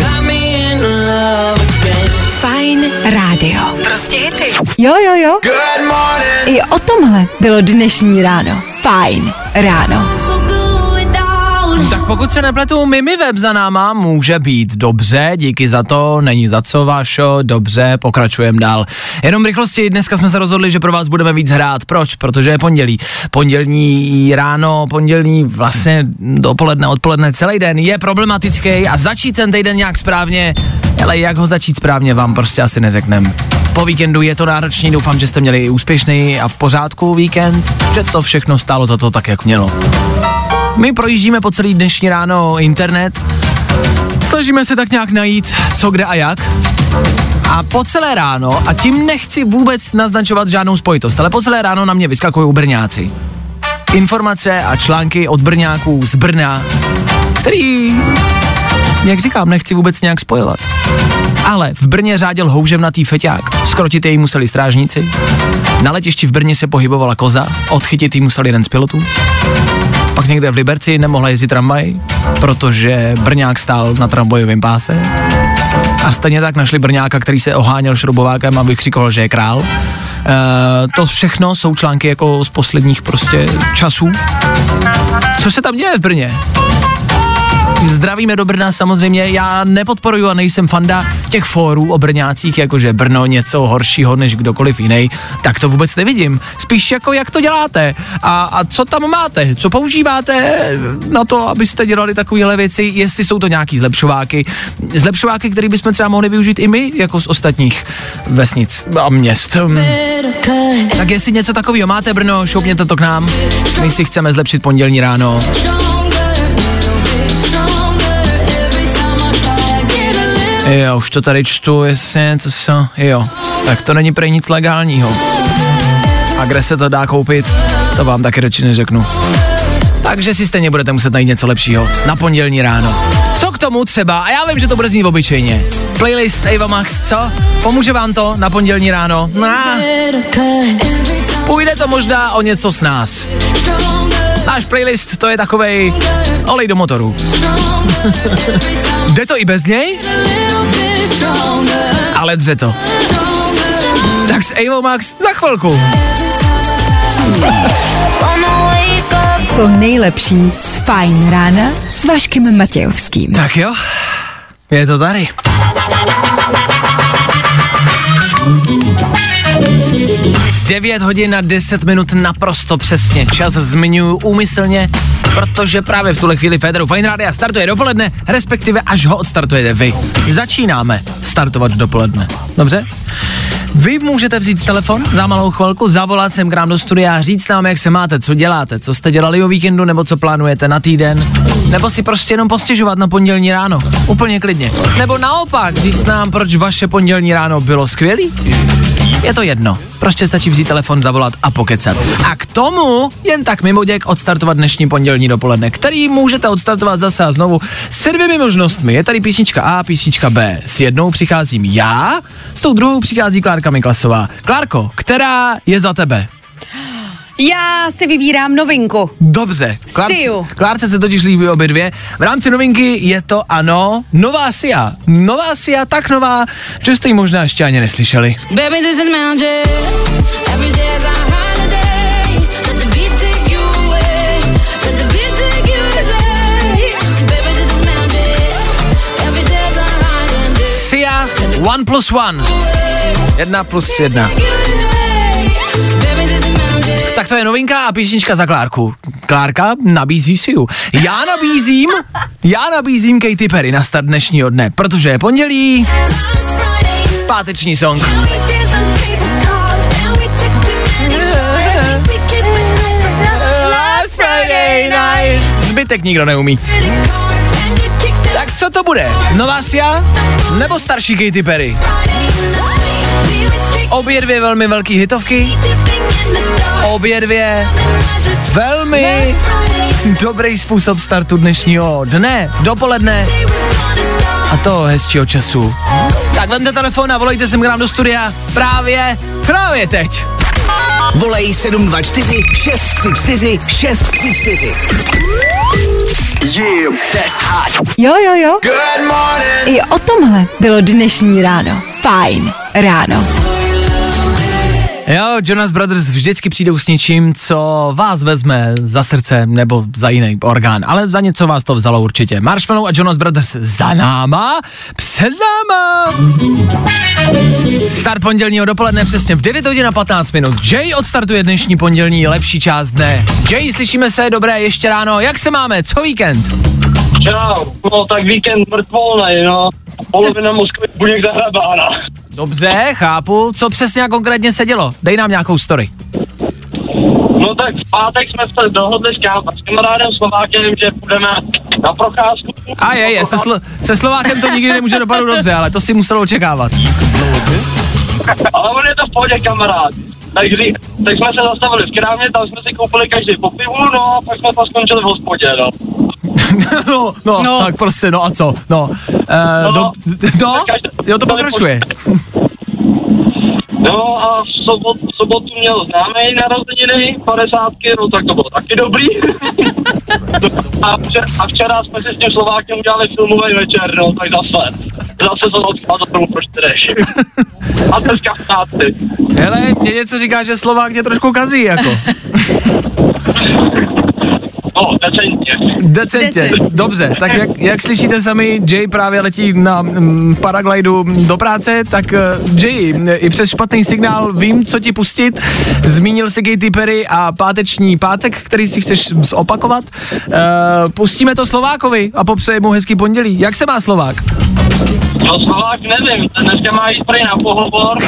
Fajn rádio. Prostě hity. Jo, jo, jo. Good morning. I o tomhle bylo dnešní ráno. Fajn ráno. Tak pokud se nepletu, Mimi Web za náma může být dobře, díky za to, není za co, Vášo, dobře, pokračujeme dál. Jenom v rychlosti, dneska jsme se rozhodli, že pro vás budeme víc hrát. Proč? Protože je pondělí. Pondělní ráno, pondělní vlastně dopoledne, odpoledne, celý den je problematický a začít ten týden nějak správně, ale jak ho začít správně, vám prostě asi neřeknem. Po víkendu je to náročný, doufám, že jste měli úspěšný a v pořádku víkend, že to všechno stálo za to tak, jak mělo. My projíždíme po celý dnešní ráno internet, snažíme se tak nějak najít, co, kde a jak. A po celé ráno, a tím nechci vůbec naznačovat žádnou spojitost, ale po celé ráno na mě vyskakují Brňáci. Informace a články od Brňáků z Brna, který, jak říkám, nechci vůbec nějak spojovat. Ale v Brně řádil houževnatý feťák, skrotit jej museli strážníci, na letišti v Brně se pohybovala koza, odchytit ji musel jeden z pilotů. Pak někde v Liberci nemohla jezdit tramvaj, protože Brňák stál na tramvajovém páse. A stejně tak našli Brňáka, který se oháněl šroubovákem a vykřikoval, že je král. E, to všechno jsou články jako z posledních prostě časů. Co se tam děje v Brně? Zdravíme do Brna samozřejmě, já nepodporuju a nejsem fanda těch fórů o Brňácích, jakože Brno něco horšího než kdokoliv jiný, tak to vůbec nevidím. Spíš jako jak to děláte a, a co tam máte, co používáte na to, abyste dělali takovéhle věci, jestli jsou to nějaký zlepšováky, zlepšováky, který bychom třeba mohli využít i my, jako z ostatních vesnic a měst. Tak jestli něco takového máte, Brno, šoupněte to k nám, my si chceme zlepšit pondělní ráno. Jo, už to tady čtu, jestli to co, jo, tak to není prej nic legálního. A kde se to dá koupit, to vám taky radši neřeknu. Takže si stejně budete muset najít něco lepšího na pondělní ráno. Co k tomu třeba, a já vím, že to bude znít obyčejně. Playlist Ava Max, co? Pomůže vám to na pondělní ráno? No. Půjde to možná o něco s nás. Náš playlist, to je takovej olej do motoru. Jde to i bez něj? Ale dře to. Tak s Ava Max za chvilku. To nejlepší z Fajn rána s Vaškem Matějovským. Tak jo, je to tady. devět hodin a deset minut naprosto přesně. Čas zmiňuji úmyslně, protože právě v tuhle chvíli Féteru Fajn rádia startuje dopoledne, respektive až ho odstartujete vy. Začínáme startovat dopoledne. Dobře? Vy můžete vzít telefon za malou chvilku, zavolat sem k nám do studia a říct nám, jak se máte, co děláte, co jste dělali o víkendu, nebo co plánujete na týden, nebo si prostě jenom postěžovat na pondělní ráno, úplně klidně. Nebo naopak říct nám, proč vaše pondělní ráno bylo skvělý. Je to jedno, prostě stačí vzít telefon, zavolat a pokecat. A k tomu jen tak mimoděk odstartovat dnešní pondělní dopoledne, který můžete odstartovat zase a znovu s dvěmi možnostmi. Je tady písnička A, písnička B. S jednou přicházím já, s tou druhou přichází Klárka Miklasová. Klárko, která je za tebe? Já si vybírám novinku. Dobře. Klárce, Klárce se totiž líbí obě dvě. V rámci novinky je to, ano, nová Sia. Nová Sia, tak nová, že jste ji možná ještě ani neslyšeli. Baby, this is magic. Every day is a holiday. Let the beat take you away. Let the beat take you today. Baby, this is magic. Every day is a holiday. Sia, one plus one. Jedna plus jedna. Tak to je novinka a písnička za Klárku. Klárka nabízí Siu. Já nabízím, já nabízím Katy Perry na start dnešního dne, protože je pondělí, páteční song. Last Friday night. Zbytek nikdo neumí. Tak co to bude? Nová Sia nebo starší Katy Perry? Obě dvě velmi velký hitovky. Obě dvě velmi dobrý způsob startu dnešního dne, dopoledne a toho hezčího času. Tak vemte telefon a volejte sem k nám do studia právě, právě teď. Volej sedm dva čtyři šest tři čtyři šest tři čtyři. Yeah, that's hot. Jo, jo, jo. Good morning. I o tomhle bylo dnešní ráno. Fajn ráno. Jo, Jonas Brothers vždycky přijdou s něčím, co vás vezme za srdce nebo za jiný orgán, ale za něco vás to vzalo určitě. Marshmallow a Jonas Brothers za náma, před náma. Start pondělního dopoledne přesně v devět hodin a patnáct minut. Jay odstartuje dnešní pondělní lepší část dne. Jay, slyšíme se, dobré, ještě ráno, jak se máme, co víkend? Čau, no tak víkend mrtvolnej, no. Polovina Moskvy bude někde hrabána. Dobře, chápu. Co přesně a konkrétně se dělo? Dej nám nějakou story. No tak v pátek jsme se dohodli s, kam, s kamarádem Slovákem, že půjdeme na procházku. A je, je, se, slo, se Slovákem to nikdy nemůže dopadnout dobře, ale to si muselo očekávat. Ale on je to v pohodě kamarád. Tak, tak jsme se zastavili v krámě, tam jsme si koupili každý po pivu, no a pak jsme to skončili v hospodě, no. no, no, no, tak prostě, no a co, no. Uh, no, do, do, jo, to pokračuje. No a v sobotu, v sobotu měl známej narozeniny, padesátky, no tak to bylo taky dobrý. a, včera, a včera jsme si s tím Slovákem udělali filmový večer, no tak zase. Zase jsem odkázal tomu, proč jdeš. A dneska v táci. Hele, mě něco říká, že Slovák tě trošku kazí, jako. No, decentně. Decentně, dobře, tak jak, jak slyšíte sami, Jay právě letí na mm, paraglidu do práce, tak uh, Jay, i přes špatný signál vím, co ti pustit. Zmínil si Katy Perry a páteční pátek, který si chceš zopakovat. Uh, pustíme to Slovákovi a popřeji mu hezký pondělí. Jak se má Slovák? No Slovák nevím, dneska má jít prý na pohovor.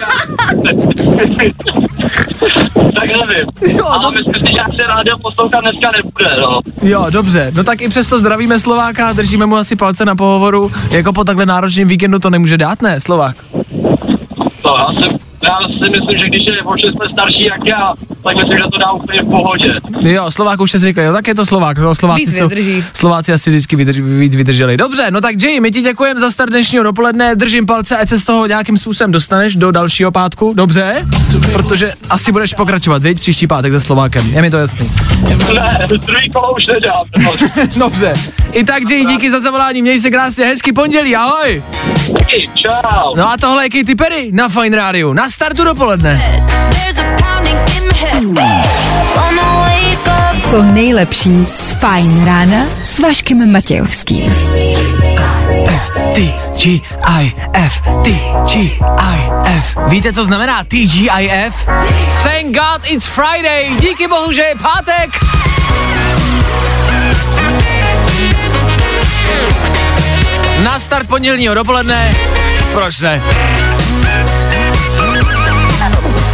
Tak nevím. Jo, ale myslím si, že asi rádio poslouchat dneska nebude, no. Jo, dobře. No tak i přesto zdravíme Slováka, držíme mu asi palce na pohovoru. Jako po takhle náročném víkendu to nemůže dát, ne, Slovák? To já si, já si myslím, že když je o šest let starší jak já, tak myslím, že to dá úplně v pohodě. Jo, Slovák už je zvyklý, jo, tak je to Slovák. Jo, Slováci víc jsou, Slováci asi vždycky vydrž, víc vydrželi. Dobře, no tak Jay, my ti děkujeme za start dnešního dopoledne, držím palce, ať se z toho nějakým způsobem dostaneš do dalšího pátku, dobře? Protože asi budeš pokračovat, viď, příští pátek se Slovákem, je mi to jasný. Ne, druhý kolo už nedělám. Dobře, i tak Jay, díky za zavolání, měj se krásně, hezký pondělí, ahoj! Díky, čau. No a tohle je Katy Perry na Fajn rádiu, na startu dopoledne. To nejlepší z Fajn rána s Vaškem Matějovským. F, T, G, I, F, T, G, I, F. Víte, co znamená T, G, I, F? Thank God it's Friday. Díky bohu, že je pátek. Na start pondělního dopoledne. Proč ne?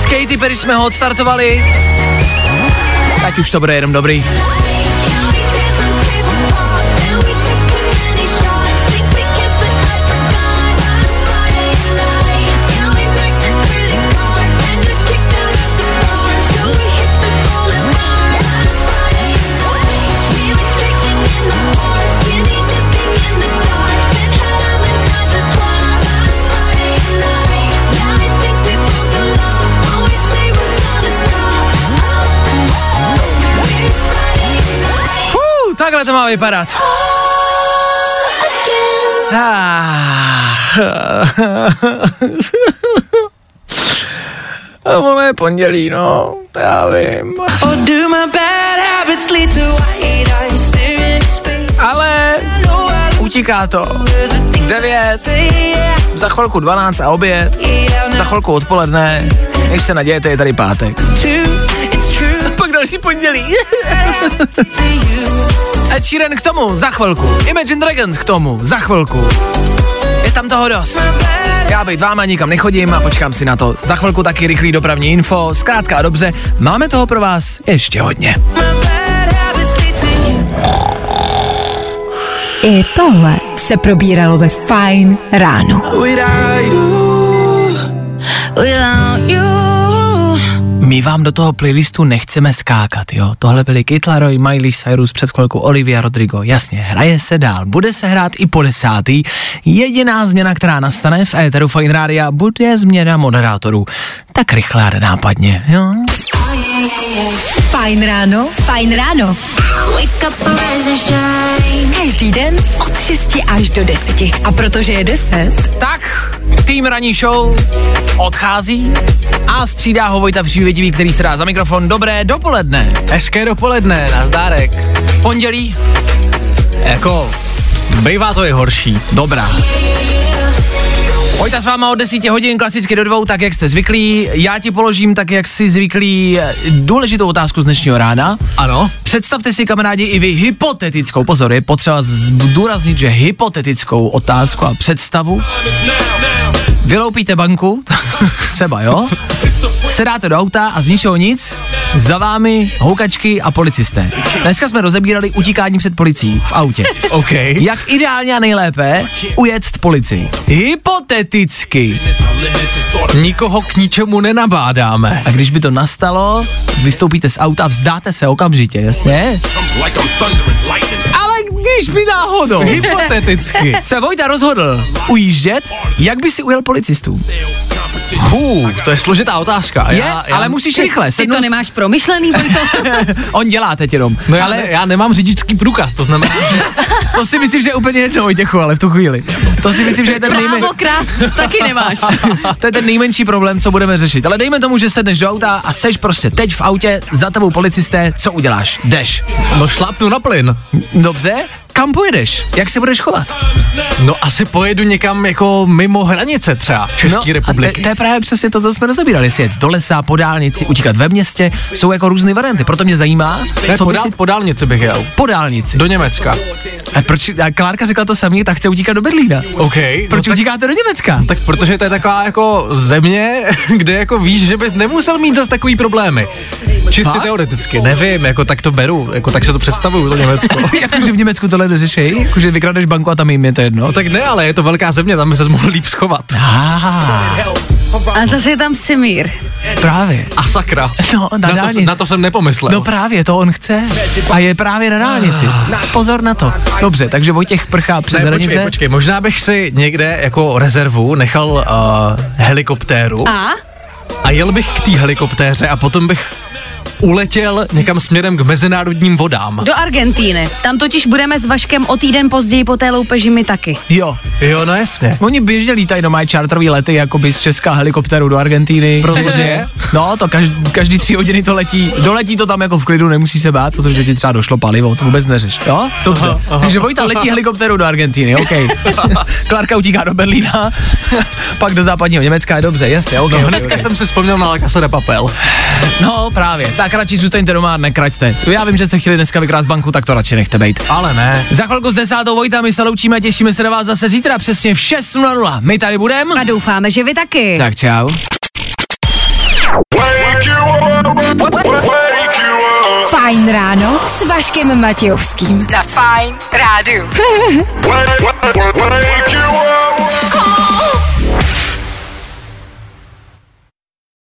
S Katy Perry jsme ho odstartovali. Tak už to bude jenom dobrý. Takhle to má vypadat. A vole, pondělí, no, to já vím. Ale utíká to. Devět, za chvilku dvanáct a oběd, za chvilku odpoledne, než se nadějete, je tady pátek. Pak další pondělí. Ed Sheeran k tomu, za chvilku. Imagine Dragons k tomu, za chvilku. Je tam toho dost. Já být váma nikam nechodím a počkám si na to. Za chvilku taky rychlý dopravní info. Zkrátka a dobře, máme toho pro vás ještě hodně. I tohle se probíralo ve Fajn ráno. My vám do toho playlistu nechceme skákat, jo. Tohle byli Kid Laroi, Miley Cyrus, před chvilkou Olivia Rodrigo. Jasně, hraje se dál, bude se hrát i po desátý. Jediná změna, která nastane v éteru Fajn rádia, bude změna moderátorů. Tak rychle a nápadně, jo. Fajn ráno, Fajn ráno. Každý den od šesti až do deseti. A protože je deset, tak tým ranní show odchází a střídá ho Vojta Přívětivý, který se dá za mikrofon. Dobré dopoledne. Hezké dopoledne, nazdárek. Pondělí. Jako, bývá to je horší. Dobrá. Vojta s váma od deseti hodin, klasicky do dvou, tak jak jste zvyklí. Já ti položím, tak jak jsi zvyklí, důležitou otázku z dnešního rána. Ano. Představte si, kamarádi, i vy hypotetickou, pozor, je potřeba zdůraznit, že hypotetickou otázku a představu. Vyloupíte banku, třeba jo, sedáte do auta a z ničeho nic, za vámi houkačky a policisté. Dneska jsme rozebírali utíkání před policií v autě. OK. Jak ideálně a nejlépe ujet policii. Hypoteticky. Nikoho k ničemu nenabádáme. A když by to nastalo, vystoupíte z auta, vzdáte se okamžitě, jasně? Ale když by náhodou hypoteticky se Vojta rozhodl ujíždět, jak by si ujel policistů? Hů, to je složitá otázka. Je, já, já, ale musíš rychle. Ty to nemáš promyšlený, Vojto? On dělá teď jenom. No já, ale ne, já nemám řidičský průkaz, to znamená, že... To si myslím, že je úplně jedno, Vojtěchu, ale v tu chvíli. To si myslím, že je ten nejmenší... Právo krást taky nemáš. To je ten nejmenší problém, co budeme řešit. Ale dejme tomu, že sedneš do auta a seš prostě teď v autě, za tebou policisté, co uděláš? Jdeš. No šlápnu na plyn. Dobře, kam pojedeš? Jak se budeš chovat? No asi pojedu někam jako mimo hranice třeba České no, republiky. To je právě přesně to, co jsme rozebírali. Jestli jet do lesa, po dálnici, utíkat ve městě, jsou jako různé varianty. Proto mě zajímá, ne, co po, by dál, si... po dálnici bych jel. Po dálnici. Do Německa. A proč, a Klárka řekla to samý, tak chce utíkat do Berlína. OK. Proč no utíkáte tak, do Německa? Tak protože to je taková jako země, kde jako víš, že bys nemusel mít zas takový problémy. Čistě Fakt? Teoreticky, nevím, jako tak to beru, jako tak se to představuju, to Německo. Jakože v Německu tohle neřešej? Jakože vykradeš banku a tam jim je to jedno? No tak ne, ale je to velká země, tam by se mohl líp schovat. Ah. A zase je tam Simír. Právě. A sakra. No, na, na, to, na to jsem nepomyslel. No právě, to on chce. A je právě na dálnici. Pozor na to. Dobře, takže Vojtěch prchá přes ne, hranice. Počkej, počkej, možná bych si někde jako rezervu nechal uh, helikoptéru. A? A jel bych k té helikoptéře a potom bych uletěl někam směrem k mezinárodním vodám. Do Argentíny. Tam totiž budeme s Vaškem o týden později po té loupeži my taky. Jo. Jo, no jasně. Oni běžně lítají do mají čarterový lety, jakoby z Česka helikoptéru do Argentíny. Protože? No, to každý, každý tři hodiny to letí. Doletí to tam jako v klidu, nemusí se bát, protože ti třeba došlo palivo, to vůbec neřeš. Jo? Dobře. Aha, aha. Takže Vojta letí helikoptéru do Argentíny, OK. Klárka utíká do Berlína, pak do západního Německa, je dobře, jasně, OK. No okay, hnedka okay. jsem si vzpomněl na La Casa de Papel. No, právě. Tak radši zůstaňte doma, nekraťte. Já vím, že jste chtěli dneska vykrást banku, tak to radši nechte bejt. Ale ne. Za chvilku s desátou Vojta, my se loučíme, těšíme se na vás zase zítra přesně v šest nula nula. My tady budeme. A doufáme, že vy taky. Tak čau. s Vaškem Matějovským. Na Fajn rádiu.